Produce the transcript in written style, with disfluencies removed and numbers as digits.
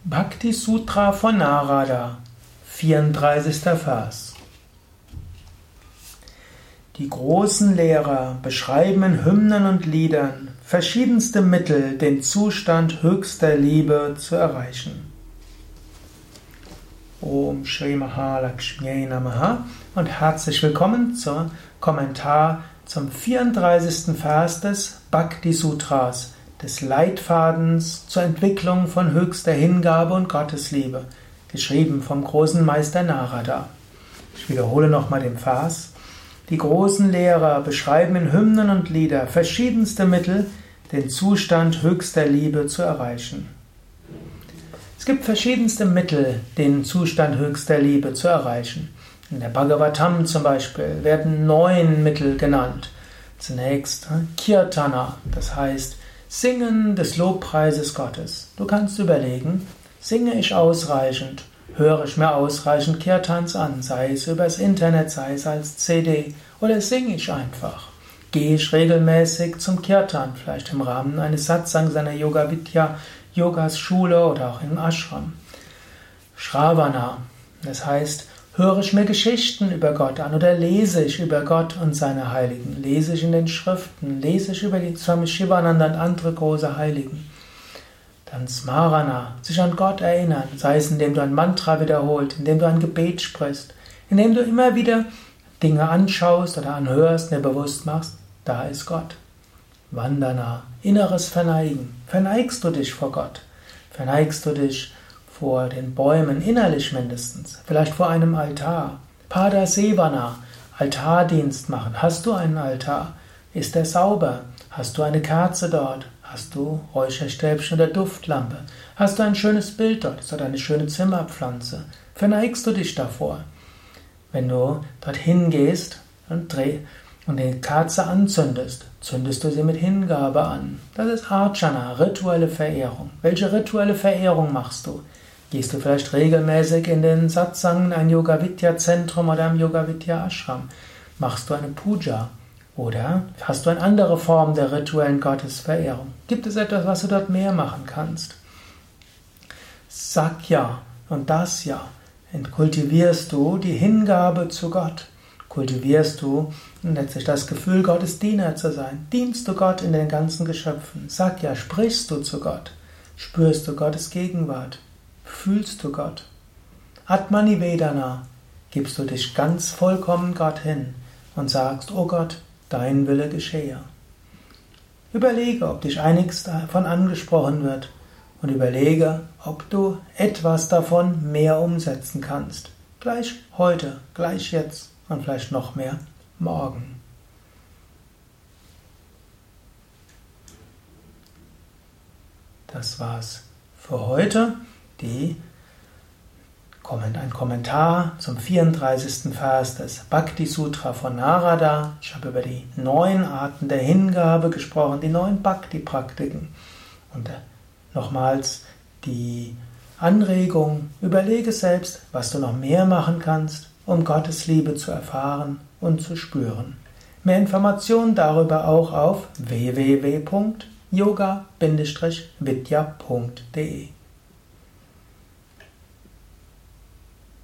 Bhakti Sutra von Narada, 34. Vers. Die großen Lehrer beschreiben in Hymnen und Liedern verschiedenste Mittel, den Zustand höchster Liebe zu erreichen. Om Shri Mahalakshmi Namaha und herzlich willkommen zum Kommentar zum 34. Vers des Bhakti Sutras, des Leitfadens zur Entwicklung von höchster Hingabe und Gottesliebe, geschrieben vom großen Meister Narada. Ich wiederhole nochmal den Vers. Die großen Lehrer beschreiben in Hymnen und Lieder verschiedenste Mittel, den Zustand höchster Liebe zu erreichen. Es gibt verschiedenste Mittel, den Zustand höchster Liebe zu erreichen. In der Bhagavatam zum Beispiel werden 9 Mittel genannt. Zunächst Kirtana, das heißt Singen des Lobpreises Gottes. Du kannst überlegen, singe ich ausreichend, höre ich mir ausreichend Kirtans an, sei es übers Internet, sei es als CD, oder singe ich einfach. Gehe ich regelmäßig zum Kirtan, vielleicht im Rahmen eines Satsangs einer Yoga Vidya Yogas Schule oder auch im Ashram. Shravana, das heißt, höre ich mir Geschichten über Gott an oder lese ich über Gott und seine Heiligen, lese ich in den Schriften, lese ich über die Swami Shivananda und andere große Heiligen. Dann Smarana, sich an Gott erinnern, sei es indem du ein Mantra wiederholst, indem du ein Gebet sprichst, indem du immer wieder Dinge anschaust oder anhörst, dir bewusst machst, da ist Gott. Vandana, inneres Verneigen. Verneigst du dich vor Gott? Verneigst du dich vor den Bäumen, innerlich mindestens, vielleicht vor einem Altar? Padasevana, Altardienst machen. Hast du einen Altar? Ist er sauber? Hast du eine Kerze dort? Hast du Räucherstäbchen oder Duftlampe? Hast du ein schönes Bild dort? Ist dort eine schöne Zimmerpflanze? Verneigst du dich davor? Wenn du dorthin gehst und die Kerze anzündest, zündest du sie mit Hingabe an. Das ist Archana, rituelle Verehrung. Welche rituelle Verehrung machst du? Gehst du vielleicht regelmäßig in den Satsang, ein Yoga Vidya Zentrum oder im Yoga Vidya Ashram? Machst du eine Puja? Oder hast du eine andere Form der rituellen Gottesverehrung? Gibt es etwas, was du dort mehr machen kannst? Sakya und Dasya. Kultivierst du die Hingabe zu Gott? Kultivierst du letztlich das Gefühl, Gottes Diener zu sein? Dienst du Gott in den ganzen Geschöpfen? Sakya, sprichst du zu Gott? Spürst du Gottes Gegenwart? Fühlst du Gott? Atmanivedana, gibst du dich ganz vollkommen Gott hin und sagst, oh Gott, dein Wille geschehe. Überlege, ob dich einiges davon angesprochen wird und überlege, ob du etwas davon mehr umsetzen kannst. Gleich heute, gleich jetzt und vielleicht noch mehr morgen. Das war's für heute. Ein Kommentar zum 34. Vers des Bhakti Sutra von Narada. Ich habe über die 9 Arten der Hingabe gesprochen, die 9 Bhakti-Praktiken. Und nochmals die Anregung, überlege selbst, was du noch mehr machen kannst, um Gottes Liebe zu erfahren und zu spüren. Mehr Informationen darüber auch auf www.yoga-vidya.de